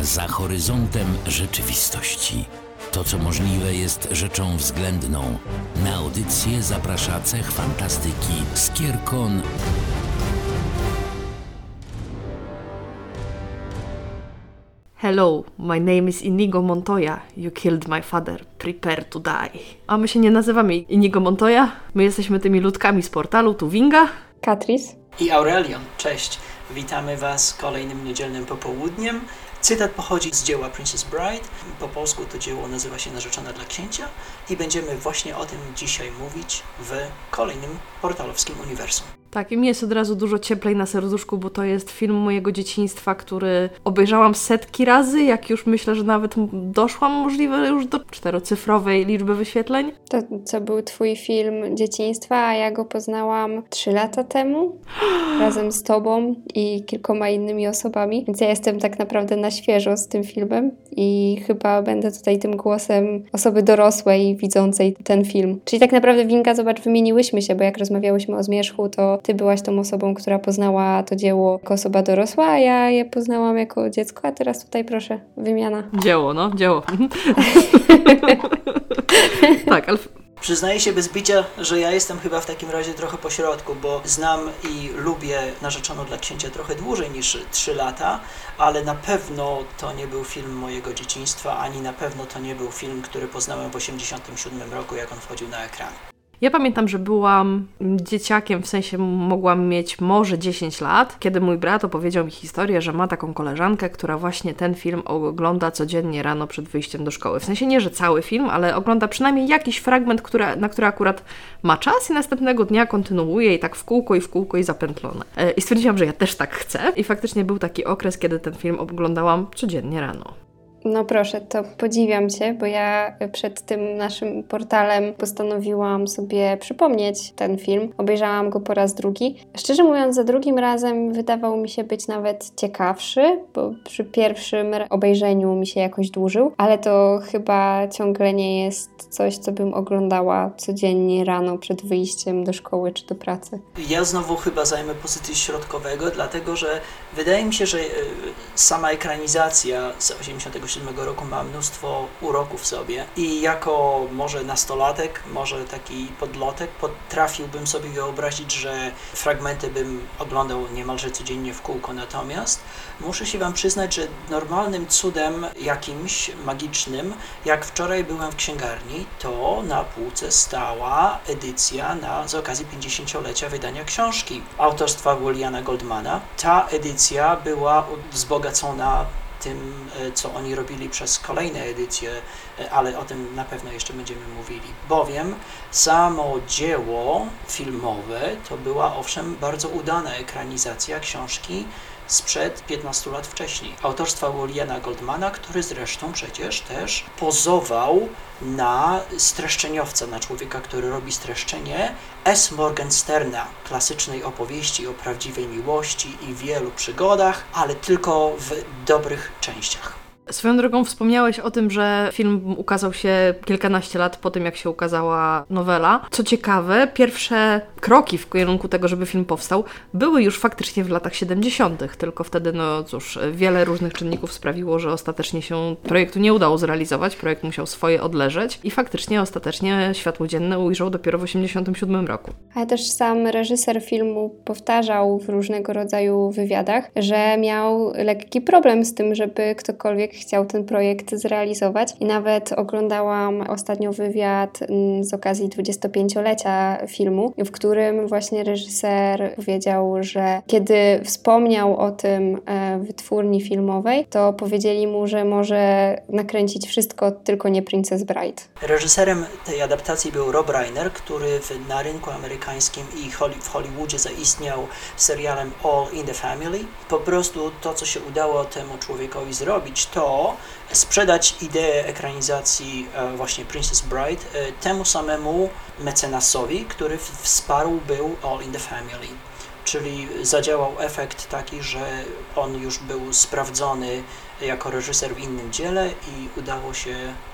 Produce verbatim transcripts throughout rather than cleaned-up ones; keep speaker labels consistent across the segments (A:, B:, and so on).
A: za horyzontem rzeczywistości. To, co możliwe, jest rzeczą względną. Na audycję zaprasza cech fantastyki Skierkon.
B: Hello, my name is Inigo Montoya. You killed my father. Prepare to die. A my się nie nazywamy Inigo Montoya. My jesteśmy tymi ludkami z portalu Tuwinga.
C: Katris.
D: I Aurelion. Cześć. Witamy Was kolejnym niedzielnym popołudniem. Cytat pochodzi z dzieła Princess Bride. Po polsku to dzieło nazywa się Narzeczona dla księcia i będziemy właśnie o tym dzisiaj mówić w kolejnym portalowskim uniwersum.
B: Tak, i mi jest od razu dużo cieplej na serduszku, bo to jest film mojego dzieciństwa, który obejrzałam setki razy, jak już myślę, że nawet doszłam możliwe już do czterocyfrowej liczby wyświetleń.
C: To co był twój film dzieciństwa, a ja go poznałam trzy lata temu, razem z tobą i kilkoma innymi osobami, więc ja jestem tak naprawdę na świeżo z tym filmem i chyba będę tutaj tym głosem osoby dorosłej widzącej ten film. Czyli tak naprawdę, Winga, zobacz, wymieniłyśmy się, bo jak rozmawiałyśmy o Zmierzchu, to ty byłaś tą osobą, która poznała to dzieło jako osoba dorosła, a ja je poznałam jako dziecko, a teraz tutaj proszę, wymiana.
B: Dzieło, no, dzieło. Tak, ale...
D: Przyznaję się bez bicia, że ja jestem chyba w takim razie trochę po środku, bo znam i lubię Narzeczoną dla księcia trochę dłużej niż trzy lata, ale na pewno to nie był film mojego dzieciństwa, ani na pewno to nie był film, który poznałem w osiemdziesiątym siódmym roku, jak on wchodził na ekran.
B: Ja pamiętam, że byłam dzieciakiem, w sensie mogłam mieć może dziesięć lat, kiedy mój brat opowiedział mi historię, że ma taką koleżankę, która właśnie ten film ogląda codziennie rano przed wyjściem do szkoły. W sensie nie, że cały film, ale ogląda przynajmniej jakiś fragment, który, na który akurat ma czas i następnego dnia kontynuuje i tak w kółko i w kółko i zapętlone. I stwierdziłam, że ja też tak chcę. I faktycznie był taki okres, kiedy ten film oglądałam codziennie rano.
C: No proszę, to podziwiam Cię, bo ja przed tym naszym portalem postanowiłam sobie przypomnieć ten film. Obejrzałam go po raz drugi. Szczerze mówiąc, za drugim razem wydawał mi się być nawet ciekawszy, bo przy pierwszym obejrzeniu mi się jakoś dłużył, ale to chyba ciągle nie jest coś, co bym oglądała codziennie rano przed wyjściem do szkoły czy do pracy.
D: Ja znowu chyba zajmę pozycję środkowego, dlatego że wydaje mi się, że sama ekranizacja z osiemdziesiątego siódmego roku ma mnóstwo uroku w sobie i jako może nastolatek, może taki podlotek potrafiłbym sobie wyobrazić, że fragmenty bym oglądał niemalże codziennie w kółko, natomiast muszę się Wam przyznać, że normalnym cudem jakimś magicznym, jak wczoraj byłem w księgarni, to na półce stała edycja na, z okazji pięćdziesięciolecia wydania książki autorstwa Williama Goldmana. Ta edycja była wzbogacona tym, co oni robili przez kolejne edycje, ale o tym na pewno jeszcze będziemy mówili, bowiem samo dzieło filmowe to była owszem bardzo udana ekranizacja książki sprzed piętnastu lat wcześniej, autorstwa Williama Goldmana, który zresztą przecież też pozował na streszczeniowca, na człowieka, który robi streszczenie S. Morgensterna, klasycznej opowieści o prawdziwej miłości i wielu przygodach, ale tylko w dobrych częściach.
B: Swoją drogą wspomniałeś o tym, że film ukazał się kilkanaście lat po tym, jak się ukazała nowela. Co ciekawe, pierwsze kroki w kierunku tego, żeby film powstał, były już faktycznie w latach siedemdziesiątych. Tylko wtedy, no cóż, wiele różnych czynników sprawiło, że ostatecznie się projektu nie udało zrealizować. Projekt musiał swoje odleżeć i faktycznie ostatecznie światło dzienne ujrzał dopiero w osiemdziesiątym siódmym roku.
C: Ale też sam reżyser filmu powtarzał w różnego rodzaju wywiadach, że miał lekki problem z tym, żeby ktokolwiek chciał ten projekt zrealizować i nawet oglądałam ostatnio wywiad z okazji dwudziestopięciolecia filmu, w którym właśnie reżyser powiedział, że kiedy wspomniał o tym w wytwórni filmowej, to powiedzieli mu, że może nakręcić wszystko, tylko nie Princess Bride.
D: Reżyserem tej adaptacji był Rob Reiner, który w, na rynku amerykańskim i w Hollywoodzie zaistniał serialem All in the Family. Po prostu to, co się udało temu człowiekowi zrobić, to sprzedać ideę ekranizacji właśnie Princess Bride temu samemu mecenasowi, który wsparł był All in the Family. Czyli zadziałał efekt taki, że on już był sprawdzony jako reżyser w innym dziele i udało się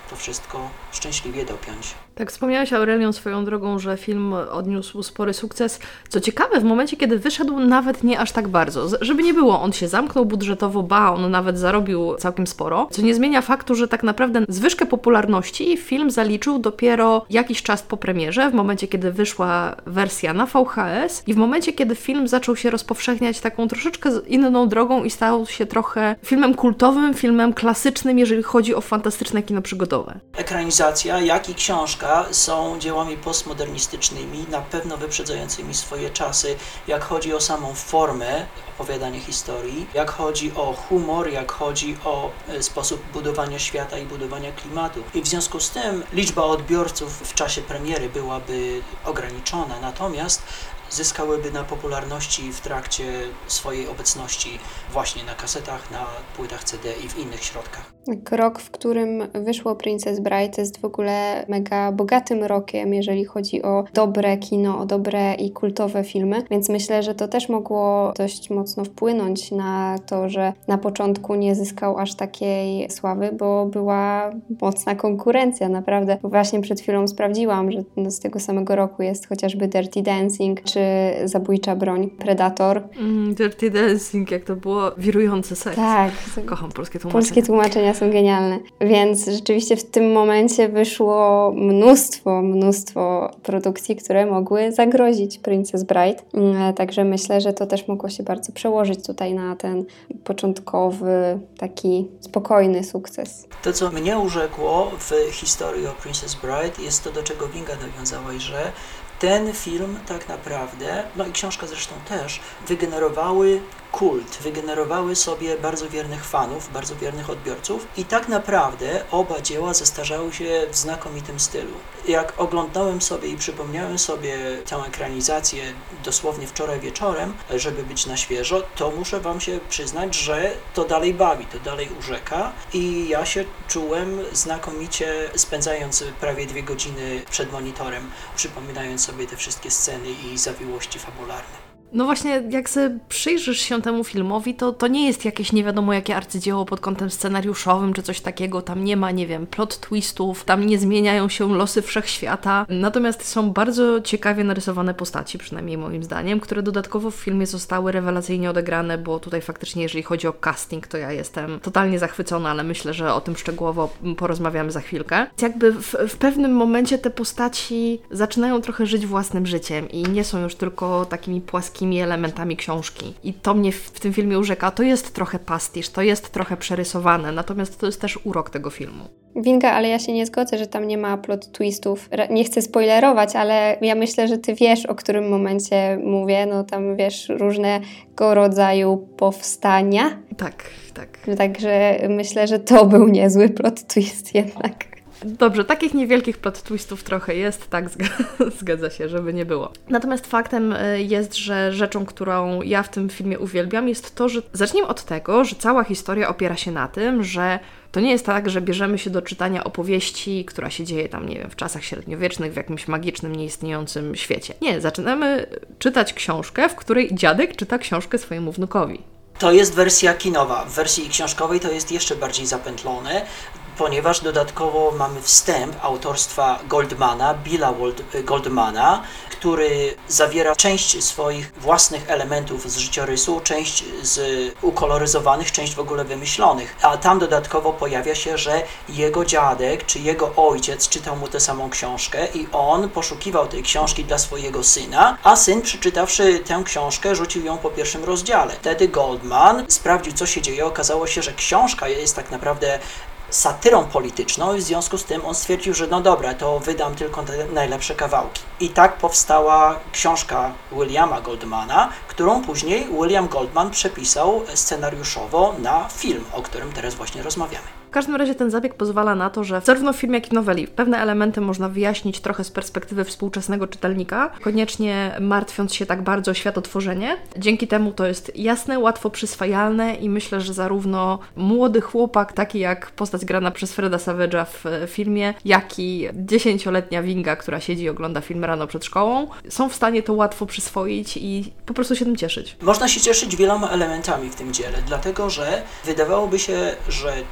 D: to wszystko szczęśliwie dopiąć.
B: Tak, wspomniałeś, Aurelion, swoją drogą, że film odniósł spory sukces. Co ciekawe, w momencie, kiedy wyszedł, nawet nie aż tak bardzo. Żeby nie było, on się zamknął budżetowo, ba, on nawet zarobił całkiem sporo, co nie zmienia faktu, że tak naprawdę zwyżkę popularności film zaliczył dopiero jakiś czas po premierze, w momencie, kiedy wyszła wersja na V H S i w momencie, kiedy film zaczął się rozpowszechniać taką troszeczkę inną drogą i stał się trochę filmem kultowym, filmem klasycznym, jeżeli chodzi o fantastyczne kino przygodowe.
D: Ekranizacja, jak i książka są dziełami postmodernistycznymi, na pewno wyprzedzającymi swoje czasy, jak chodzi o samą formę opowiadania historii, jak chodzi o humor, jak chodzi o sposób budowania świata i budowania klimatu. I w związku z tym liczba odbiorców w czasie premiery byłaby ograniczona, natomiast zyskałyby na popularności w trakcie swojej obecności właśnie na kasetach, na płytach C D i w innych środkach.
C: Rok, w którym wyszło Princess Bride, jest w ogóle mega bogatym rokiem, jeżeli chodzi o dobre kino, o dobre i kultowe filmy, więc myślę, że to też mogło dość mocno wpłynąć na to, że na początku nie zyskał aż takiej sławy, bo była mocna konkurencja, naprawdę. Właśnie przed chwilą sprawdziłam, że z tego samego roku jest chociażby Dirty Dancing, czy Zabójcza broń, Predator.
B: Mm, Dirty Dancing, jak to było, wirujący seks.
C: Tak.
B: Kocham polskie tłumaczenia.
C: Polskie tłumaczenia są genialne. Więc rzeczywiście w tym momencie wyszło mnóstwo, mnóstwo produkcji, które mogły zagrozić Princess Bride. Także myślę, że to też mogło się bardzo przełożyć tutaj na ten początkowy, taki spokojny sukces.
D: To, co mnie urzekło w historii o Princess Bride, jest to, do czego Winga nawiązałaś, że ten film tak naprawdę, no i książka zresztą też, wygenerowały kult, wygenerowały sobie bardzo wiernych fanów, bardzo wiernych odbiorców i tak naprawdę oba dzieła zestarzały się w znakomitym stylu. Jak oglądałem sobie i przypomniałem sobie tę ekranizację dosłownie wczoraj wieczorem, żeby być na świeżo, to muszę Wam się przyznać, że to dalej bawi, to dalej urzeka i ja się czułem znakomicie, spędzając prawie dwie godziny przed monitorem, przypominając sobie te wszystkie sceny i zawiłości fabularne.
B: No właśnie, jak sobie przyjrzysz się temu filmowi, to to nie jest jakieś nie wiadomo jakie arcydzieło pod kątem scenariuszowym czy coś takiego. Tam nie ma, nie wiem, plot twistów, tam nie zmieniają się losy wszechświata. Natomiast są bardzo ciekawie narysowane postaci, przynajmniej moim zdaniem, które dodatkowo w filmie zostały rewelacyjnie odegrane, bo tutaj faktycznie, jeżeli chodzi o casting, to ja jestem totalnie zachwycona, ale myślę, że o tym szczegółowo porozmawiamy za chwilkę. Jakby w, w pewnym momencie te postaci zaczynają trochę żyć własnym życiem i nie są już tylko takimi płaskimi elementami książki. I to mnie w, w tym filmie urzeka. To jest trochę pastisz, to jest trochę przerysowane, natomiast to jest też urok tego filmu.
C: Winga, ale ja się nie zgodzę, że tam nie ma plot twistów. Nie chcę spoilerować, ale ja myślę, że ty wiesz, o którym momencie mówię. No tam wiesz, różnego rodzaju powstania.
B: Tak, tak.
C: Także myślę, że to był niezły plot twist jednak.
B: Dobrze, takich niewielkich plot twistów trochę jest, tak, zgadza się, żeby nie było. Natomiast faktem jest, że rzeczą, którą ja w tym filmie uwielbiam, jest to, że zacznijmy od tego, że cała historia opiera się na tym, że to nie jest tak, że bierzemy się do czytania opowieści, która się dzieje tam, nie wiem, w czasach średniowiecznych, w jakimś magicznym, nieistniejącym świecie. Nie, zaczynamy czytać książkę, w której dziadek czyta książkę swojemu wnukowi.
D: To jest wersja kinowa. W wersji książkowej to jest jeszcze bardziej zapętlone, ponieważ dodatkowo mamy wstęp autorstwa Goldmana, Billa Goldmana, który zawiera część swoich własnych elementów z życiorysu, część z ukoloryzowanych, część w ogóle wymyślonych. A tam dodatkowo pojawia się, że jego dziadek czy jego ojciec czytał mu tę samą książkę i on poszukiwał tej książki dla swojego syna, a syn, przeczytawszy tę książkę, rzucił ją po pierwszym rozdziale. Wtedy Goldman sprawdził, co się dzieje. Okazało się, że książka jest tak naprawdę satyrą polityczną i w związku z tym on stwierdził, że no dobra, to wydam tylko te najlepsze kawałki. I tak powstała książka Williama Goldmana, którą później William Goldman przepisał scenariuszowo na film, o którym teraz właśnie rozmawiamy.
B: W każdym razie ten zabieg pozwala na to, że zarówno w filmie, jak i w noweli pewne elementy można wyjaśnić trochę z perspektywy współczesnego czytelnika, koniecznie martwiąc się tak bardzo o światotworzenie. Dzięki temu to jest jasne, łatwo przyswajalne i myślę, że zarówno młody chłopak, taki jak postać grana przez Freda Savage'a w filmie, jak i dziesięcioletnia Winga, która siedzi i ogląda film rano przed szkołą, są w stanie to łatwo przyswoić i po prostu się tym cieszyć.
D: Można się cieszyć wieloma elementami w tym dziele, dlatego że wydawałoby się, że historia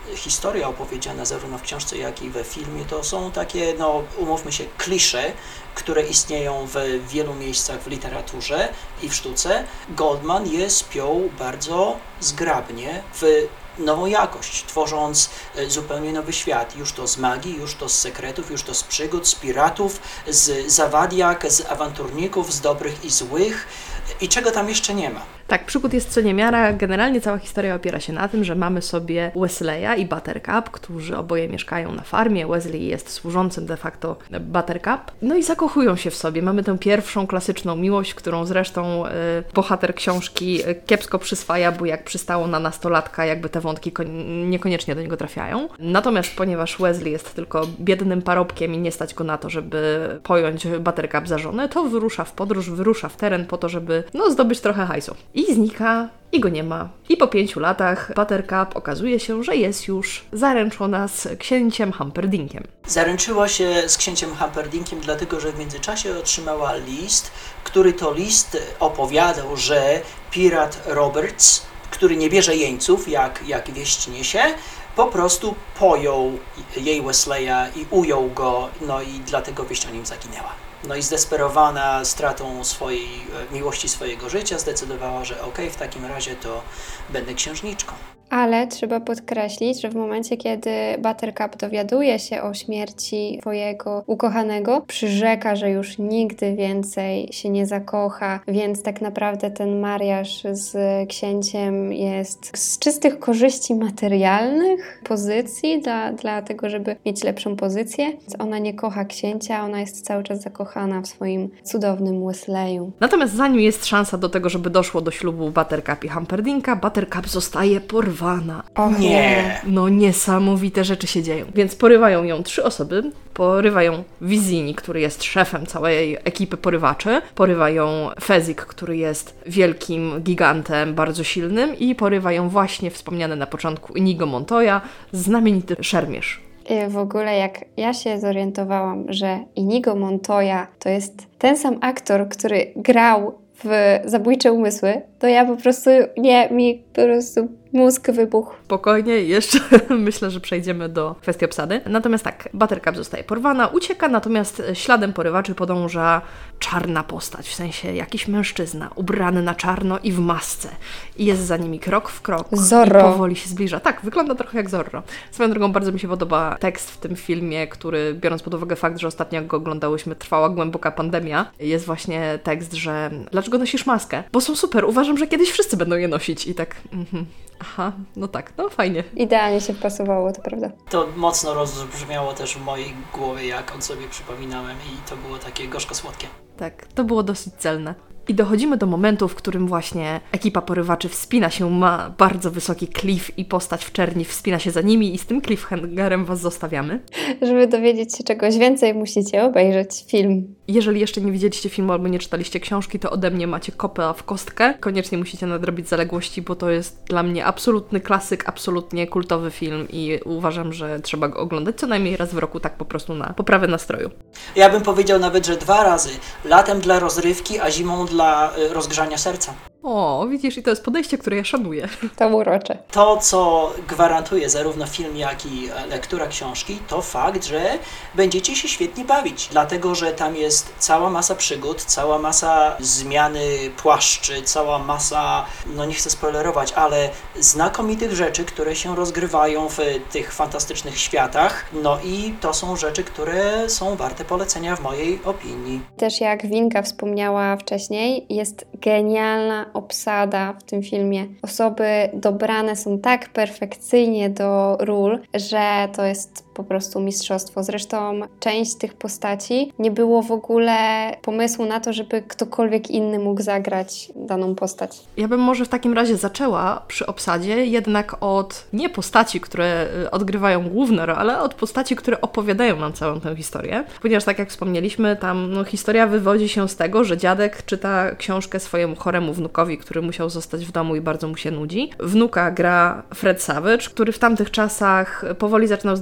D: historia opowiedziana zarówno w książce, jak i we filmie, to są takie, no umówmy się, klisze, które istnieją w wielu miejscach w literaturze i w sztuce. Goldman je spiął bardzo zgrabnie w nową jakość, tworząc zupełnie nowy świat. Już to z magii, już to z sekretów, już to z przygód, z piratów, z zawadiak, z awanturników, z dobrych i złych i czego tam jeszcze nie ma.
B: Tak, przygód jest co niemiara. Generalnie cała historia opiera się na tym, że mamy sobie Wesleya i Buttercup, którzy oboje mieszkają na farmie. Wesley jest służącym de facto Buttercup. No i zakochują się w sobie. Mamy tę pierwszą klasyczną miłość, którą zresztą y, bohater książki kiepsko przyswaja, bo jak przystało na nastolatka, jakby te wątki kon- niekoniecznie do niego trafiają. Natomiast ponieważ Wesley jest tylko biednym parobkiem i nie stać go na to, żeby pojąć Buttercup za żonę, to wyrusza w podróż, wyrusza w teren po to, żeby no, zdobyć trochę hajsu. I znika, i go nie ma. I po pięciu latach Buttercup okazuje się, że jest już zaręczona z księciem Humperdinkiem.
D: Zaręczyła się z księciem Humperdinkiem, dlatego że w międzyczasie otrzymała list, który to list opowiadał, że pirat Roberts, który nie bierze jeńców, jak, jak wieść niesie, po prostu pojął jej Wesleya i ujął go, no i dlatego wieść o nim zaginęła. No i zdesperowana stratą swojej miłości swojego życia zdecydowała, że okej, okay, w takim razie to będę księżniczką.
C: Ale trzeba podkreślić, że w momencie, kiedy Buttercup dowiaduje się o śmierci swojego ukochanego, przyrzeka, że już nigdy więcej się nie zakocha, więc tak naprawdę ten mariaż z księciem jest z czystych korzyści materialnych, pozycji, dla, dla tego, żeby mieć lepszą pozycję. Więc ona nie kocha księcia, ona jest cały czas zakochana w swoim cudownym Wesleyu.
B: Natomiast zanim jest szansa do tego, żeby doszło do ślubu Buttercup i Humperdinka, Buttercup zostaje porwana.
C: O
D: nie!
B: No niesamowite rzeczy się dzieją. Więc porywają ją trzy osoby. Porywają Vizini, który jest szefem całej ekipy porywaczy. Porywają Fezzik, który jest wielkim gigantem, bardzo silnym. I porywają właśnie wspomniany na początku Inigo Montoya, znamienity szermierz.
C: W ogóle jak ja się zorientowałam, że Inigo Montoya to jest ten sam aktor, który grał w Zabójcze umysły, to ja po prostu, nie, mi po prostu mózg wybuchł.
B: Spokojnie, jeszcze myślę, że przejdziemy do kwestii obsady. Natomiast tak, Buttercup zostaje porwana, ucieka, natomiast śladem porywaczy podąża czarna postać, w sensie jakiś mężczyzna, ubrany na czarno i w masce. I jest za nimi krok w krok.
C: Zorro.
B: I powoli się zbliża. Tak, wygląda trochę jak Zorro. Swoją drogą bardzo mi się podoba tekst w tym filmie, który, biorąc pod uwagę fakt, że ostatnio jak go oglądałyśmy, trwała głęboka pandemia, jest właśnie tekst, że dlaczego nosisz maskę? Bo są super, uważam, że kiedyś wszyscy będą je nosić. I tak, mhm. Aha, no tak, no fajnie.
C: Idealnie się wpasowało, to prawda.
D: To mocno rozbrzmiało też w mojej głowie, jak on sobie przypominałem i to było takie gorzko-słodkie.
B: Tak, to było dosyć celne. I dochodzimy do momentu, w którym właśnie ekipa porywaczy wspina się, ma bardzo wysoki klif i postać w czerni wspina się za nimi i z tym cliffhangerem was zostawiamy.
C: Żeby dowiedzieć się czegoś więcej, musicie obejrzeć film.
B: Jeżeli jeszcze nie widzieliście filmu albo nie czytaliście książki, to ode mnie macie kopę w kostkę. Koniecznie musicie nadrobić zaległości, bo to jest dla mnie absolutny klasyk, absolutnie kultowy film i uważam, że trzeba go oglądać co najmniej raz w roku, tak po prostu na poprawę nastroju.
D: Ja bym powiedział nawet, że dwa razy. Latem dla rozrywki, a zimą dla y, rozgrzania serca.
B: O, widzisz, i to jest podejście, które ja szanuję.
C: To urocze.
D: To, co gwarantuje zarówno film, jak i lektura książki, to fakt, że będziecie się świetnie bawić, dlatego, że tam jest cała masa przygód, cała masa zmiany płaszczy, cała masa, no nie chcę spoilerować, ale znakomitych rzeczy, które się rozgrywają w tych fantastycznych światach, no i to są rzeczy, które są warte polecenia w mojej opinii.
C: Też jak Winka wspomniała wcześniej, jest genialna obsada w tym filmie. Osoby dobrane są tak perfekcyjnie do ról, że to jest po prostu mistrzostwo. Zresztą część tych postaci nie było w ogóle pomysłu na to, żeby ktokolwiek inny mógł zagrać daną postać.
B: Ja bym może w takim razie zaczęła przy obsadzie jednak od nie postaci, które odgrywają główne role, ale od postaci, które opowiadają nam całą tę historię. Ponieważ tak jak wspomnieliśmy, tam no, historia wywodzi się z tego, że dziadek czyta książkę swojemu choremu wnukowi, który musiał zostać w domu i bardzo mu się nudzi. Wnuka gra Fred Savage, który w tamtych czasach powoli zaczynał zdobywać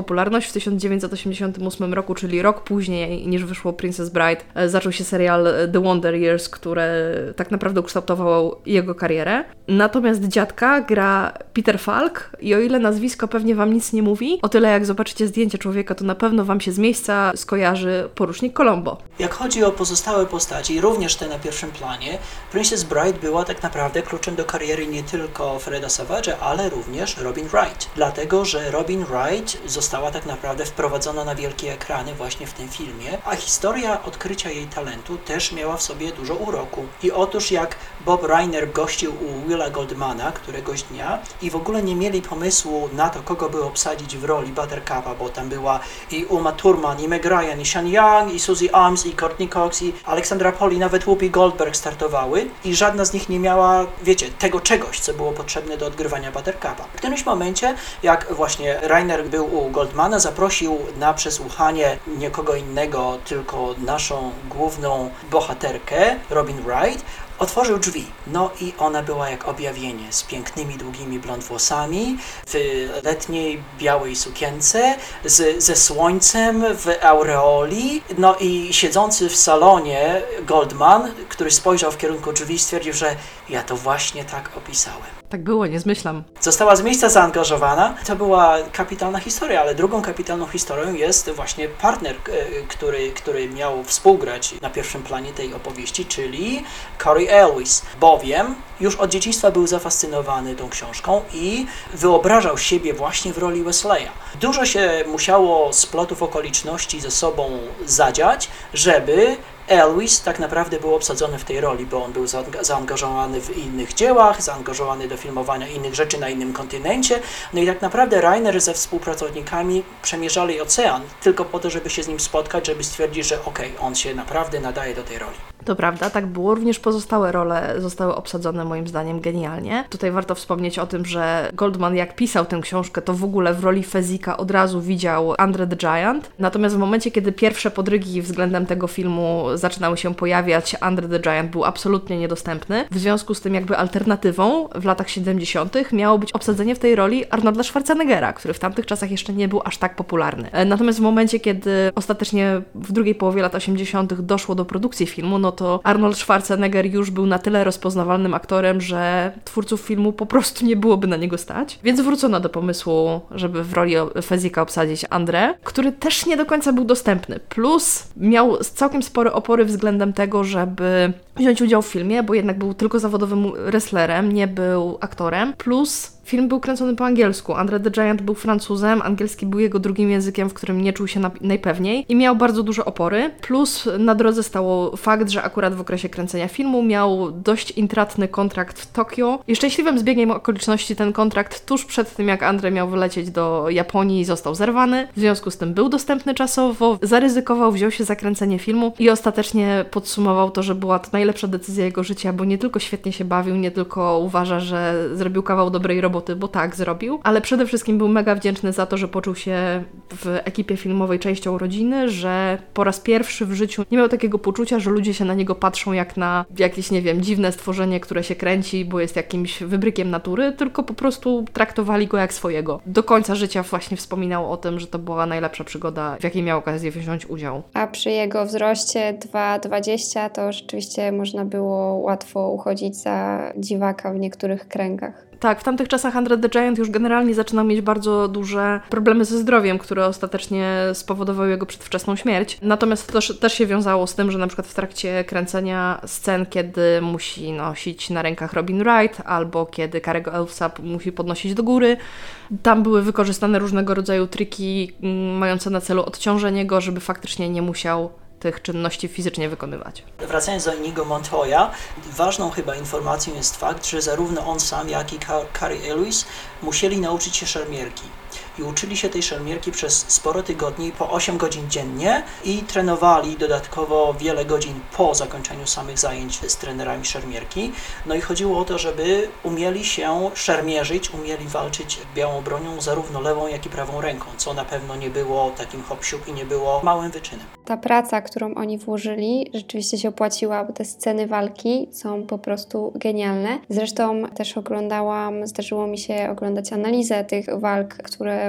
B: popularność. W tysiąc dziewięćset osiemdziesiątym ósmym roku, czyli rok później niż wyszło Princess Bride, zaczął się serial The Wonder Years, który tak naprawdę ukształtował jego karierę. Natomiast dziadka gra Peter Falk i o ile nazwisko pewnie wam nic nie mówi, o tyle jak zobaczycie zdjęcie człowieka, to na pewno wam się z miejsca skojarzy porucznik Colombo.
D: Jak chodzi o pozostałe postaci, również te na pierwszym planie, Princess Bride była tak naprawdę kluczem do kariery nie tylko Freda Savage'a, ale również Robin Wright. Dlatego, że Robin Wright została tak naprawdę wprowadzona na wielkie ekrany właśnie w tym filmie, a historia odkrycia jej talentu też miała w sobie dużo uroku. I otóż jak Bob Reiner gościł u Willa Goldmana któregoś dnia i w ogóle nie mieli pomysłu na to, kogo by obsadzić w roli Buttercupa, bo tam była i Uma Thurman, i Meg Ryan, i Sean Young, i Susie Arms, i Courtney Cox, i Alexandra Paul, i nawet Whoopi Goldberg startowały i żadna z nich nie miała, wiecie, tego czegoś, co było potrzebne do odgrywania Buttercupa. W którymś momencie, jak właśnie Reiner był u Goldmana, zaprosił na przesłuchanie nie kogo innego, tylko naszą główną bohaterkę, Robin Wright, otworzył drzwi. No i ona była jak objawienie, z pięknymi, długimi blond włosami, w letniej, białej sukience, z, ze słońcem, w aureoli. No i siedzący w salonie Goldman, który spojrzał w kierunku drzwi, stwierdził, że ja to właśnie tak opisałem.
B: Tak było, nie zmyślam.
D: Została z miejsca zaangażowana. To była kapitalna historia, ale drugą kapitalną historią jest właśnie partner, który, który miał współgrać na pierwszym planie tej opowieści, czyli Corey Elwes, bowiem już od dzieciństwa był zafascynowany tą książką i wyobrażał siebie właśnie w roli Wesleya. Dużo się musiało splotów okoliczności ze sobą zadziać, żeby Elwes tak naprawdę był obsadzony w tej roli, bo on był zaangażowany w innych dziełach, zaangażowany do filmowania innych rzeczy na innym kontynencie. No i tak naprawdę Reiner ze współpracownikami przemierzali ocean tylko po to, żeby się z nim spotkać, żeby stwierdzić, że okej, okay, on się naprawdę nadaje do tej roli.
B: To prawda, tak było. Również pozostałe role zostały obsadzone moim zdaniem genialnie. Tutaj warto wspomnieć o tym, że Goldman jak pisał tę książkę, to w ogóle w roli Fezika od razu widział Andre the Giant. Natomiast w momencie, kiedy pierwsze podrygi względem tego filmu zaczynały się pojawiać, Andre the Giant był absolutnie niedostępny. W związku z tym jakby alternatywą w latach siedemdziesiątych miało być obsadzenie w tej roli Arnolda Schwarzeneggera, który w tamtych czasach jeszcze nie był aż tak popularny. Natomiast w momencie, kiedy ostatecznie w drugiej połowie lat osiemdziesiątych doszło do produkcji filmu, no to Arnold Schwarzenegger już był na tyle rozpoznawalnym aktorem, że twórców filmu po prostu nie byłoby na niego stać. Więc wrócono do pomysłu, żeby w roli Fezika obsadzić André, który też nie do końca był dostępny. Plus miał całkiem spore opory względem tego, żeby wziąć udział w filmie, bo jednak był tylko zawodowym wrestlerem, nie był aktorem. Plus film był kręcony po angielsku. Andre the Giant był Francuzem, angielski był jego drugim językiem, w którym nie czuł się na- najpewniej i miał bardzo duże opory. Plus na drodze stało fakt, że akurat w okresie kręcenia filmu miał dość intratny kontrakt w Tokio i szczęśliwym zbiegiem okoliczności ten kontrakt tuż przed tym, jak Andre miał wylecieć do Japonii, został zerwany. W związku z tym był dostępny czasowo, zaryzykował, wziął się za kręcenie filmu i ostatecznie podsumował to, że była to najlepsza decyzja jego życia, bo nie tylko świetnie się bawił, nie tylko uważa, że zrobił kawał dobrej roboty, bo tak zrobił, ale przede wszystkim był mega wdzięczny za to, że poczuł się w ekipie filmowej częścią rodziny, że po raz pierwszy w życiu nie miał takiego poczucia, że ludzie się na niego patrzą jak na jakieś, nie wiem, dziwne stworzenie, które się kręci, bo jest jakimś wybrykiem natury, tylko po prostu traktowali go jak swojego. Do końca życia właśnie wspominał o tym, że to była najlepsza przygoda, w jakiej miał okazję wziąć udział.
C: A przy jego wzroście dwa dwadzieścia to rzeczywiście można było łatwo uchodzić za dziwaka w niektórych kręgach.
B: Tak, w tamtych czasach Andre the Giant już generalnie zaczynał mieć bardzo duże problemy ze zdrowiem, które ostatecznie spowodowały jego przedwczesną śmierć. Natomiast to też, też się wiązało z tym, że na przykład w trakcie kręcenia scen, kiedy musi nosić na rękach Robin Wright, albo kiedy Carey'ego Elwesa musi podnosić do góry, tam były wykorzystane różnego rodzaju triki mm, mające na celu odciążenie go, żeby faktycznie nie musiał tych czynności fizycznie wykonywać.
D: Wracając do Inigo Montoya, ważną chyba informacją jest fakt, że zarówno on sam, jak i Carey Elwes musieli nauczyć się szermierki. I uczyli się tej szermierki przez sporo tygodni, po osiem godzin dziennie i trenowali dodatkowo wiele godzin po zakończeniu samych zajęć z trenerami szermierki. No i chodziło o to, żeby umieli się szermierzyć, umieli walczyć białą bronią zarówno lewą, jak i prawą ręką, co na pewno nie było takim hop-siup i nie było małym wyczynem.
C: Ta praca, którą oni włożyli, rzeczywiście się opłaciła, bo te sceny walki są po prostu genialne. Zresztą też oglądałam, zdarzyło mi się oglądać analizę tych walk, które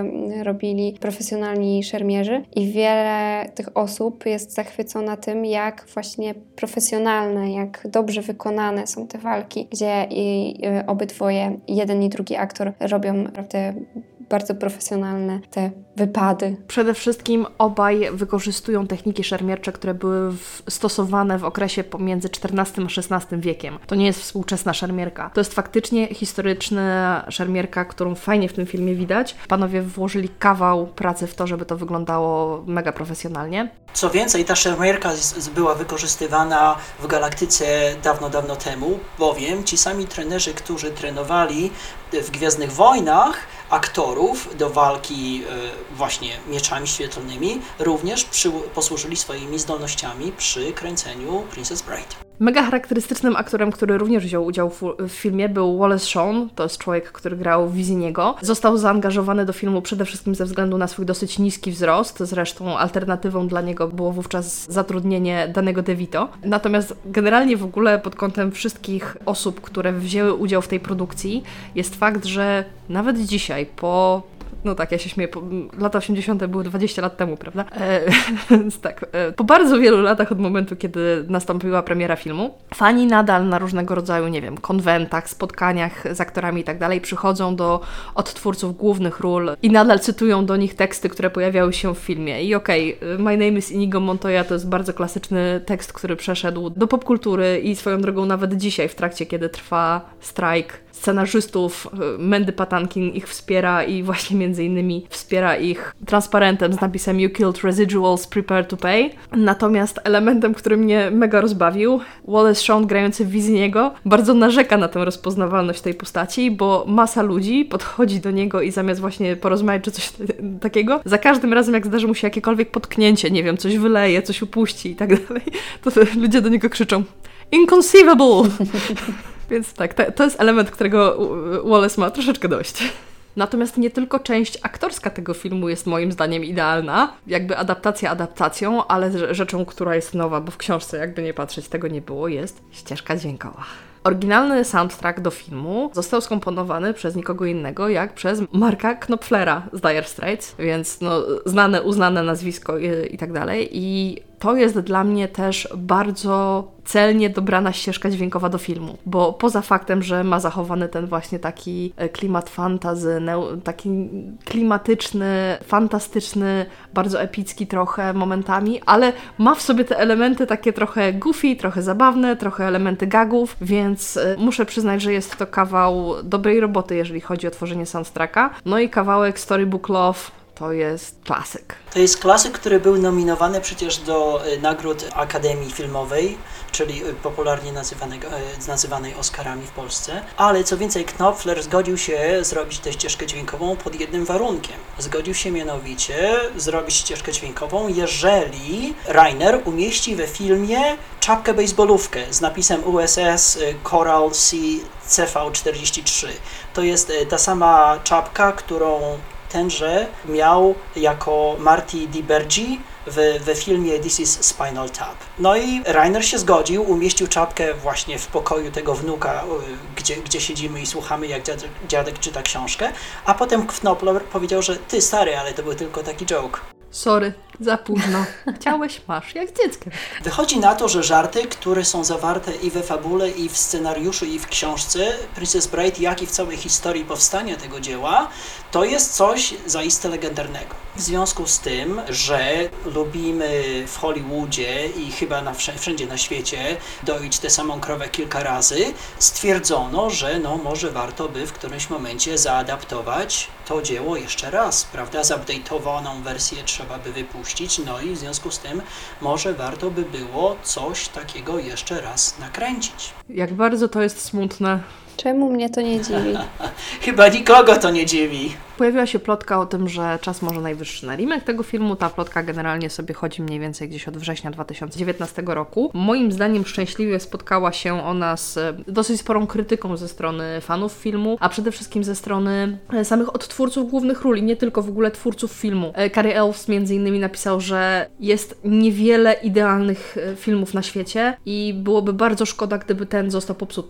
C: robili profesjonalni szermierzy i wiele tych osób jest zachwycona tym, jak właśnie profesjonalne, jak dobrze wykonane są te walki, gdzie i obydwoje, jeden i drugi aktor robią naprawdę bardzo profesjonalne te wypady.
B: Przede wszystkim obaj wykorzystują techniki szermiercze, które były w, stosowane w okresie pomiędzy czternastym a szesnastym wiekiem. To nie jest współczesna szermierka. To jest faktycznie historyczna szermierka, którą fajnie w tym filmie widać. Panowie włożyli kawał pracy w to, żeby to wyglądało mega profesjonalnie.
D: Co więcej, ta szermierka z, z była wykorzystywana w Galaktyce dawno, dawno temu, bowiem ci sami trenerzy, którzy trenowali w Gwiezdnych Wojnach aktorów do walki y, właśnie mieczami świetlnymi, również przy, posłużyli swoimi zdolnościami przy kręceniu Princess Bride.
B: Mega charakterystycznym aktorem, który również wziął udział w, w filmie, był Wallace Shawn. To jest człowiek, który grał Viziniego. Został zaangażowany do filmu przede wszystkim ze względu na swój dosyć niski wzrost. Zresztą alternatywą dla niego było wówczas zatrudnienie Dannego DeVito. Natomiast generalnie w ogóle pod kątem wszystkich osób, które wzięły udział w tej produkcji, jest fakt, że nawet dzisiaj, po... No tak, ja się śmieję, po, lata osiemdziesiąte były dwadzieścia lat temu, prawda? E, więc tak, e, po bardzo wielu latach od momentu, kiedy nastąpiła premiera filmu, fani nadal na różnego rodzaju, nie wiem, konwentach, spotkaniach z aktorami i tak dalej przychodzą do odtwórców głównych ról i nadal cytują do nich teksty, które pojawiały się w filmie. I okej, okay, My name is Inigo Montoya to jest bardzo klasyczny tekst, który przeszedł do popkultury i swoją drogą nawet dzisiaj, w trakcie kiedy trwa strajk scenarzystów, Mandy Patinkin ich wspiera i właśnie między innymi wspiera ich transparentem z napisem You killed residuals, prepare to pay. Natomiast elementem, który mnie mega rozbawił, Wallace Shawn grający Viziniego bardzo narzeka na tę rozpoznawalność tej postaci, bo masa ludzi podchodzi do niego i zamiast właśnie porozmawiać czy coś takiego, za każdym razem jak zdarzy mu się jakiekolwiek potknięcie, nie wiem, coś wyleje, coś upuści i tak dalej, to ludzie do niego krzyczą Inconceivable! Więc tak, to, to jest element, którego Wallace ma troszeczkę dość. Natomiast nie tylko część aktorska tego filmu jest moim zdaniem idealna, jakby adaptacja adaptacją, ale rzeczą, która jest nowa, bo w książce jakby nie patrzeć tego nie było, jest ścieżka dźwiękowa. Oryginalny soundtrack do filmu został skomponowany przez nikogo innego jak przez Marka Knopflera z Dire Straits, więc no, znane, uznane nazwisko i, i tak dalej. I to jest dla mnie też bardzo celnie dobrana ścieżka dźwiękowa do filmu, bo poza faktem, że ma zachowany ten właśnie taki klimat fantasy, taki klimatyczny, fantastyczny, bardzo epicki trochę momentami, ale ma w sobie te elementy takie trochę goofy, trochę zabawne, trochę elementy gagów, więc muszę przyznać, że jest to kawał dobrej roboty, jeżeli chodzi o tworzenie soundtracka. No i kawałek Storybook Love to jest klasyk.
D: To jest klasyk, który był nominowany przecież do nagród Akademii Filmowej, czyli popularnie nazywanego, nazywanej Oscarami w Polsce. Ale co więcej, Knopfler zgodził się zrobić tę ścieżkę dźwiękową pod jednym warunkiem. Zgodził się mianowicie zrobić ścieżkę dźwiękową, jeżeli Reiner umieści we filmie czapkę bejsbolówkę z napisem U S S Coral C C V czterdzieści trzy. To jest ta sama czapka, którą tenże miał jako Marty DiBergi w, we filmie This is Spinal Tap. No i Reiner się zgodził, umieścił czapkę właśnie w pokoju tego wnuka, gdzie, gdzie siedzimy i słuchamy, jak dziadek, dziadek czyta książkę, a potem Knopfler powiedział, że ty stary, ale to był tylko taki joke.
B: Sorry, za późno. Chciałeś, masz, jak z dzieckiem.
D: Wychodzi na to, że żarty, które są zawarte i we fabule, i w scenariuszu, i w książce Princess Bride, jak i w całej historii powstania tego dzieła, to jest coś zaiste legendarnego. W związku z tym, że lubimy w Hollywoodzie i chyba na wszędzie na świecie doić tę samą krowę kilka razy, stwierdzono, że no może warto by w którymś momencie zaadaptować to dzieło jeszcze raz, prawda? Zupdate'owaną wersję trzeba by wypuścić, no i w związku z tym może warto by było coś takiego jeszcze raz nakręcić.
B: Jak bardzo to jest smutne.
C: Czemu mnie to nie dziwi?
D: Chyba nikogo to nie dziwi.
B: Pojawiła się plotka o tym, że czas może najwyższy na remake tego filmu. Ta plotka generalnie sobie chodzi mniej więcej gdzieś od września dwa tysiące dziewiętnastego roku. Moim zdaniem szczęśliwie spotkała się ona z dosyć sporą krytyką ze strony fanów filmu, a przede wszystkim ze strony samych odtwórców głównych ról i nie tylko w ogóle twórców filmu. Cary Elwes między innymi napisał, że jest niewiele idealnych filmów na świecie i byłoby bardzo szkoda, gdyby ten został popsuty.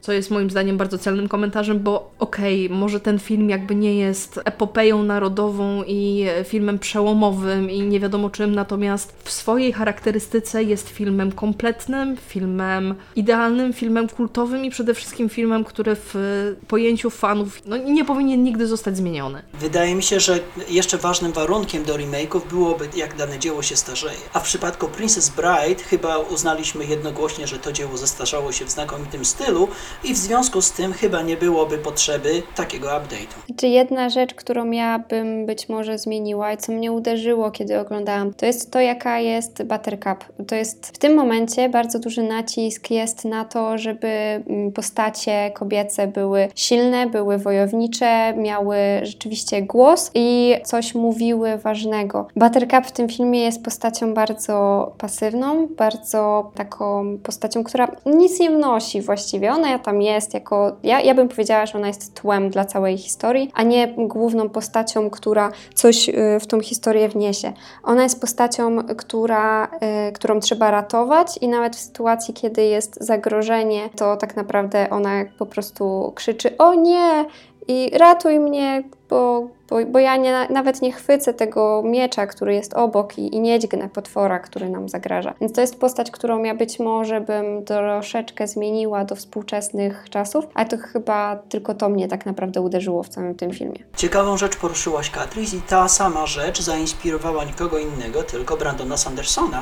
B: co jest moim zdaniem bardzo celnym komentarzem, bo okej, okay, może ten film jakby nie jest epopeją narodową i filmem przełomowym i nie wiadomo czym, natomiast w swojej charakterystyce jest filmem kompletnym, filmem idealnym, filmem kultowym i przede wszystkim filmem, który w pojęciu fanów no, nie powinien nigdy zostać zmieniony.
D: Wydaje mi się, że jeszcze ważnym warunkiem do remake'ów byłoby, jak dane dzieło się starzeje. A w przypadku Princess Bride chyba uznaliśmy jednogłośnie, że to dzieło zestarzało się w znakomitym stylu i w związku z tym chyba nie byłoby potrzeby takiego update'u.
C: Czy jedna rzecz, którą ja bym być może zmieniła i co mnie uderzyło, kiedy oglądałam, to jest to, jaka jest Buttercup. To jest w tym momencie bardzo duży nacisk jest na to, żeby postacie kobiece były silne, były wojownicze, miały rzeczywiście głos i coś mówiły ważnego. Buttercup w tym filmie jest postacią bardzo pasywną, bardzo taką postacią, która nic nie wnosi właściwie. Ona tam jest jako, ja, ja bym powiedziała, że ona jest tłem dla całej historii, a nie główną postacią, która coś w tą historię wniesie. Ona jest postacią, która, którą trzeba ratować i nawet w sytuacji, kiedy jest zagrożenie, to tak naprawdę ona po prostu krzyczy: o nie! I ratuj mnie, bo, bo, bo ja nie, nawet nie chwycę tego miecza, który jest obok i, i nie dźgnę potwora, który nam zagraża. Więc to jest postać, którą ja być może bym troszeczkę zmieniła do współczesnych czasów, ale to chyba tylko to mnie tak naprawdę uderzyło w całym tym filmie.
D: Ciekawą rzecz poruszyłaś, Katris, i ta sama rzecz zainspirowała nikogo innego, tylko Brandona Sandersona,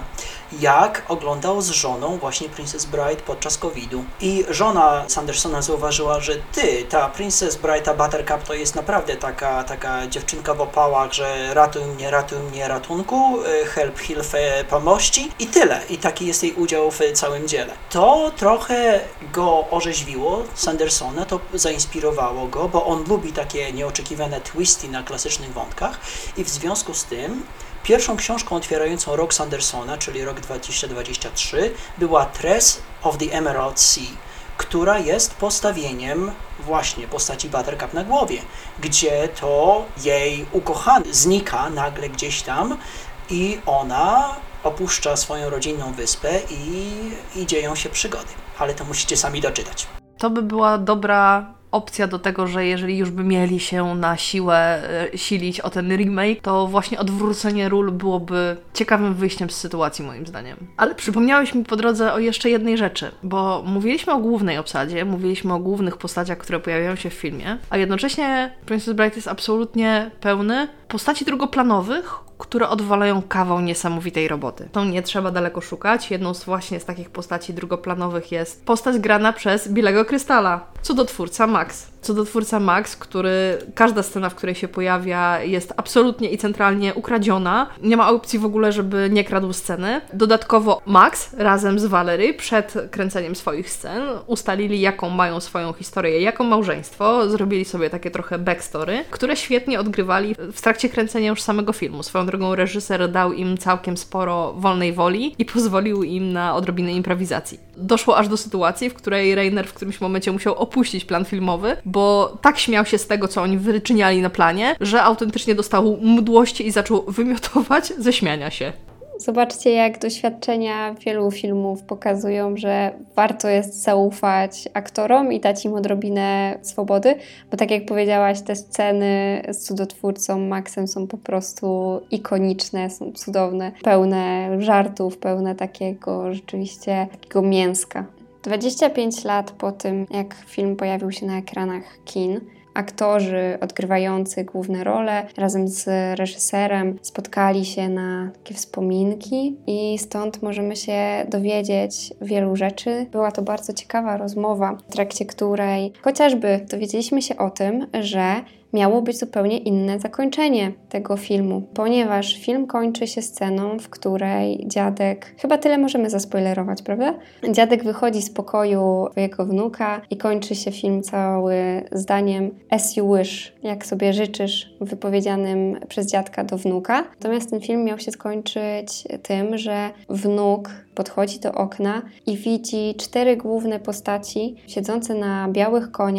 D: jak oglądał z żoną właśnie Princess Bride podczas kowida. I żona Sandersona zauważyła, że ty, ta Princess Bride, ta Buttercup to jest naprawdę taka, taka dziewczynka w opałach, że ratuj mnie, ratuj mnie, ratunku, help, hilfe, pomości i tyle. I taki jest jej udział w całym dziele. To trochę go orzeźwiło, Sandersona, to zainspirowało go, bo on lubi takie nieoczekiwane twisty na klasycznych wątkach i w związku z tym pierwszą książką otwierającą rok Sandersona, czyli rok dwa tysiące dwudziesty trzeci, była Tress of the Emerald Sea, która jest postawieniem właśnie postaci Buttercup na głowie, gdzie to jej ukochany znika nagle gdzieś tam i ona opuszcza swoją rodzinną wyspę i, i dzieją się przygody. Ale to musicie sami doczytać.
B: To by była dobra opcja do tego, że jeżeli już by mieli się na siłę e, silić o ten remake, to właśnie odwrócenie ról byłoby ciekawym wyjściem z sytuacji, moim zdaniem. Ale przypomniałeś mi po drodze o jeszcze jednej rzeczy, bo mówiliśmy o głównej obsadzie, mówiliśmy o głównych postaciach, które pojawiają się w filmie, a jednocześnie Princess Bride jest absolutnie pełny postaci drugoplanowych, które odwalają kawał niesamowitej roboty. To nie trzeba daleko szukać. Jedną z właśnie z takich postaci drugoplanowych jest postać grana przez Billego Crystala, cudotwórca Max. Cudotwórca Max, który, każda scena, w której się pojawia, jest absolutnie i centralnie ukradziona. Nie ma opcji w ogóle, żeby nie kradł sceny. Dodatkowo Max razem z Valerie przed kręceniem swoich scen ustalili, jaką mają swoją historię, jaką małżeństwo. Zrobili sobie takie trochę backstory, które świetnie odgrywali w trakcie kręcenia już samego filmu. Swoją drogą reżyser dał im całkiem sporo wolnej woli i pozwolił im na odrobinę improwizacji. Doszło aż do sytuacji, w której Reiner w którymś momencie musiał opuścić plan filmowy, bo tak śmiał się z tego, co oni wyczyniali na planie, że autentycznie dostał mdłości i zaczął wymiotować ze śmiania się.
C: Zobaczcie, jak doświadczenia wielu filmów pokazują, że warto jest zaufać aktorom i dać im odrobinę swobody, bo tak jak powiedziałaś, te sceny z cudotwórcą Maxem są po prostu ikoniczne, są cudowne, pełne żartów, pełne takiego rzeczywiście takiego mięska. dwadzieścia pięć lat po tym, jak film pojawił się na ekranach kin, aktorzy odgrywający główne role razem z reżyserem spotkali się na takie wspominki i stąd możemy się dowiedzieć wielu rzeczy. Była to bardzo ciekawa rozmowa, w trakcie której chociażby dowiedzieliśmy się o tym, że miało być zupełnie inne zakończenie tego filmu, ponieważ film kończy się sceną, w której dziadek, chyba tyle możemy zaspoilerować, prawda? Dziadek wychodzi z pokoju jego wnuka i kończy się film cały zdaniem as you wish, jak sobie życzysz, wypowiedzianym przez dziadka do wnuka. Natomiast ten film miał się skończyć tym, że wnuk podchodzi do okna i widzi cztery główne postaci siedzące na białych koniach,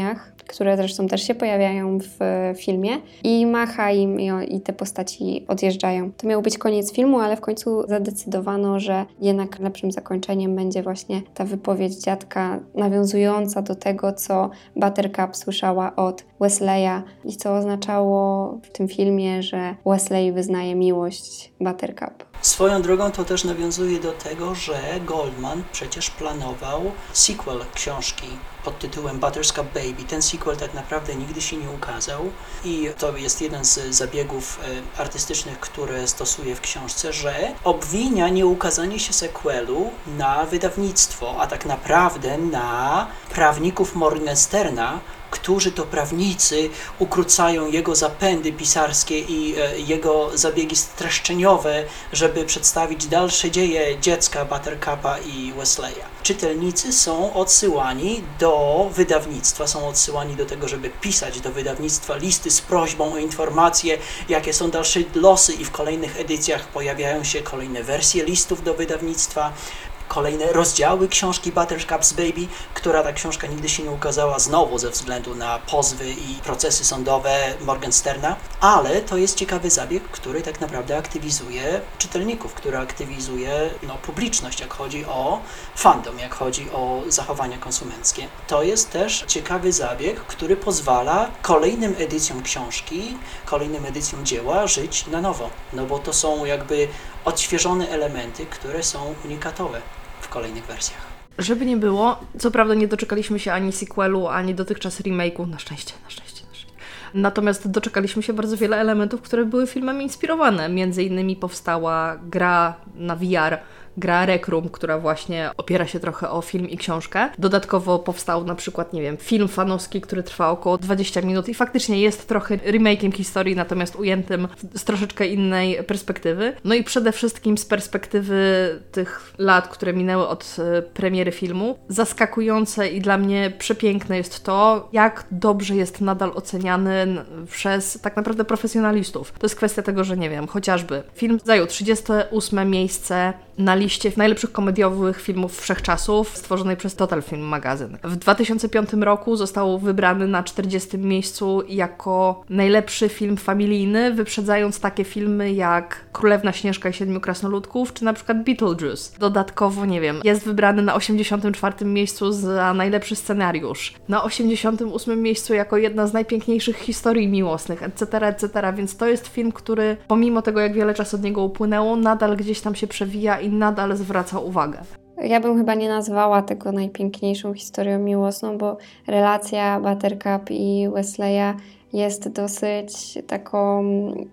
C: które zresztą też się pojawiają w filmie i macha im i, i te postaci odjeżdżają. To miał być koniec filmu, ale w końcu zadecydowano, że jednak lepszym zakończeniem będzie właśnie ta wypowiedź dziadka nawiązująca do tego, co Buttercup słyszała od Wesleya i co oznaczało w tym filmie, że Wesley wyznaje miłość Buttercup.
D: Swoją drogą to też nawiązuje do tego, że Goldman przecież planował sequel książki pod tytułem Butterscup Baby. Ten sequel tak naprawdę nigdy się nie ukazał i to jest jeden z zabiegów e, artystycznych, które stosuje w książce, że obwinia nieukazanie się sequelu na wydawnictwo, a tak naprawdę na prawników Morgensterna, którzy to prawnicy ukrócają jego zapędy pisarskie i e, jego zabiegi streszczeniowe, żeby przedstawić dalsze dzieje dziecka Buttercupa i Wesleya. Czytelnicy są odsyłani do wydawnictwa, są odsyłani do tego, żeby pisać do wydawnictwa listy z prośbą o informacje, jakie są dalsze losy i w kolejnych edycjach pojawiają się kolejne wersje listów do wydawnictwa, kolejne rozdziały książki Buttercup's Baby, która ta książka nigdy się nie ukazała znowu ze względu na pozwy i procesy sądowe Morgensterna, ale to jest ciekawy zabieg, który tak naprawdę aktywizuje czytelników, który aktywizuje no, publiczność, jak chodzi o fandom, jak chodzi o zachowania konsumenckie. To jest też ciekawy zabieg, który pozwala kolejnym edycjom książki, kolejnym edycjom dzieła żyć na nowo, no bo to są jakby odświeżone elementy, które są unikatowe w kolejnych wersjach.
B: Żeby nie było, co prawda nie doczekaliśmy się ani sequelu, ani dotychczas remake'u, na szczęście, na szczęście, na szczęście. Natomiast doczekaliśmy się bardzo wiele elementów, które były filmem inspirowane. Między innymi powstała gra na V R, gra Rec Room, która właśnie opiera się trochę o film i książkę. Dodatkowo powstał na przykład, nie wiem, film fanowski, który trwa około dwadzieścia minut i faktycznie jest trochę remake'iem historii, natomiast ujętym z troszeczkę innej perspektywy. No i przede wszystkim z perspektywy tych lat, które minęły od premiery filmu, zaskakujące i dla mnie przepiękne jest to, jak dobrze jest nadal oceniany przez tak naprawdę profesjonalistów. To jest kwestia tego, że nie wiem, chociażby film zajął trzydzieste ósme miejsce na liście najlepszych komediowych filmów wszechczasów stworzonej przez Total Film Magazine. W dwa tysiące piątym roku został wybrany na czterdziestym miejscu jako najlepszy film familijny, wyprzedzając takie filmy jak Królewna Śnieżka i Siedmiu Krasnoludków, czy na przykład Beetlejuice. Dodatkowo, nie wiem, jest wybrany na osiemdziesiątym czwartym miejscu za najlepszy scenariusz, na osiemdziesiątym ósmym miejscu jako jedna z najpiękniejszych historii miłosnych, et cetera, et cetera. Więc to jest film, który pomimo tego, jak wiele czasu od niego upłynęło, nadal gdzieś tam się przewija i nadal zwraca uwagę.
C: Ja bym chyba nie nazwała tego najpiękniejszą historią miłosną, bo relacja Buttercup i Wesleya jest dosyć taką,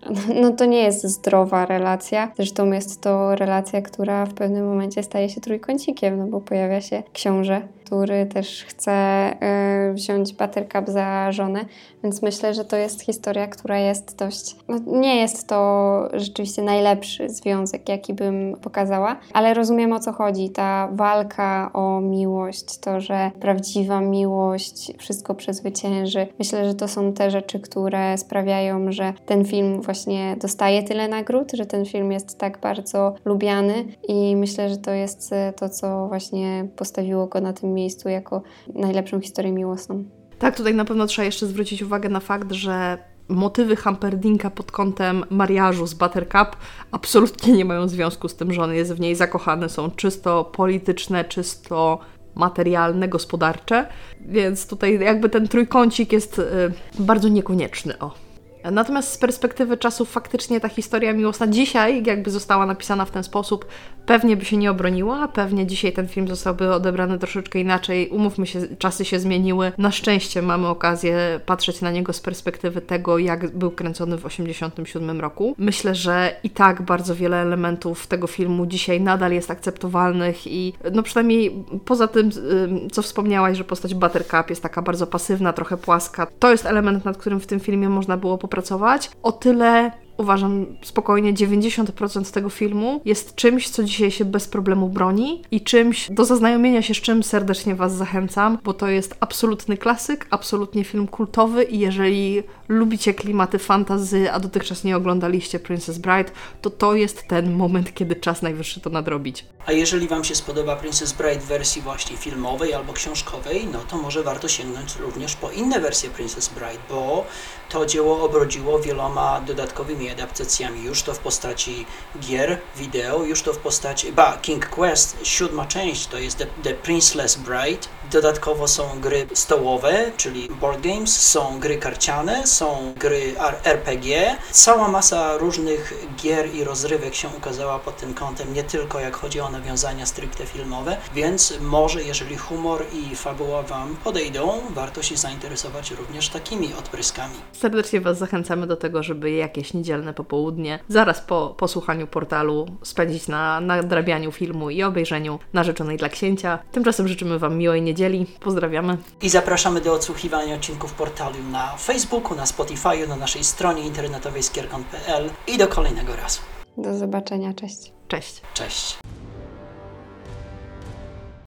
C: no to nie jest zdrowa relacja. Zresztą jest to relacja, która w pewnym momencie staje się trójkącikiem, no bo pojawia się książę, który też chce y, wziąć Buttercup za żonę, więc myślę, że to jest historia, która jest dość, no nie jest to rzeczywiście najlepszy związek, jaki bym pokazała, ale rozumiem, o co chodzi. Ta walka o miłość, to, że prawdziwa miłość wszystko przezwycięży. Myślę, że to są te rzeczy, które sprawiają, że ten film właśnie dostaje tyle nagród, że ten film jest tak bardzo lubiany i myślę, że to jest to, co właśnie postawiło go na tym miejscu jako najlepszą historię miłosną.
B: Tak, tutaj na pewno trzeba jeszcze zwrócić uwagę na fakt, że motywy Humperdinka pod kątem mariażu z Buttercup absolutnie nie mają związku z tym, że on jest w niej zakochany. Są czysto polityczne, czysto materialne, gospodarcze, więc tutaj jakby ten trójkącik jest y, bardzo niekonieczny. O. Natomiast z perspektywy czasu faktycznie ta historia miłosna dzisiaj, jakby została napisana w ten sposób, pewnie by się nie obroniła, pewnie dzisiaj ten film zostałby odebrany troszeczkę inaczej. Umówmy się, czasy się zmieniły. Na szczęście mamy okazję patrzeć na niego z perspektywy tego, jak był kręcony w osiemdziesiątym siódmym roku. Myślę, że i tak bardzo wiele elementów tego filmu dzisiaj nadal jest akceptowalnych i no przynajmniej poza tym, co wspomniałaś, że postać Buttercup jest taka bardzo pasywna, trochę płaska. To jest element, nad którym w tym filmie można było popracować. O tyle uważam spokojnie, dziewięćdziesiąt procent tego filmu jest czymś, co dzisiaj się bez problemu broni i czymś, do zaznajomienia się z czym serdecznie Was zachęcam, bo to jest absolutny klasyk, absolutnie film kultowy i jeżeli lubicie klimaty fantasy, a dotychczas nie oglądaliście Princess Bride, to to jest ten moment, kiedy czas najwyższy to nadrobić.
D: A jeżeli Wam się spodoba Princess Bride w wersji właśnie filmowej albo książkowej, no to może warto sięgnąć również po inne wersje Princess Bride, bo to dzieło obrodziło wieloma dodatkowymi adaptacjami. Już to w postaci gier, wideo, już to w postaci... Ba, King Quest, siódma część, to jest The, The Princeless Bride. Dodatkowo są gry stołowe, czyli board games, są gry karciane, są gry R P G. Cała masa różnych gier i rozrywek się ukazała pod tym kątem, nie tylko jak chodzi o nawiązania stricte filmowe, więc może jeżeli humor i fabuła Wam podejdą, warto się zainteresować również takimi odpryskami.
B: Serdecznie Was zachęcamy do tego, żeby jakieś niedzielne popołudnie, zaraz po posłuchaniu portalu, spędzić na nadrabianiu filmu i obejrzeniu Narzeczonej dla księcia. Tymczasem życzymy Wam miłej niedzieli. Pozdrawiamy.
D: I zapraszamy do odsłuchiwania odcinków portalu na Facebooku, na Spotify, na naszej stronie internetowej skierkon kropka p l i do kolejnego razu.
C: Do zobaczenia, cześć.
B: Cześć.
D: Cześć.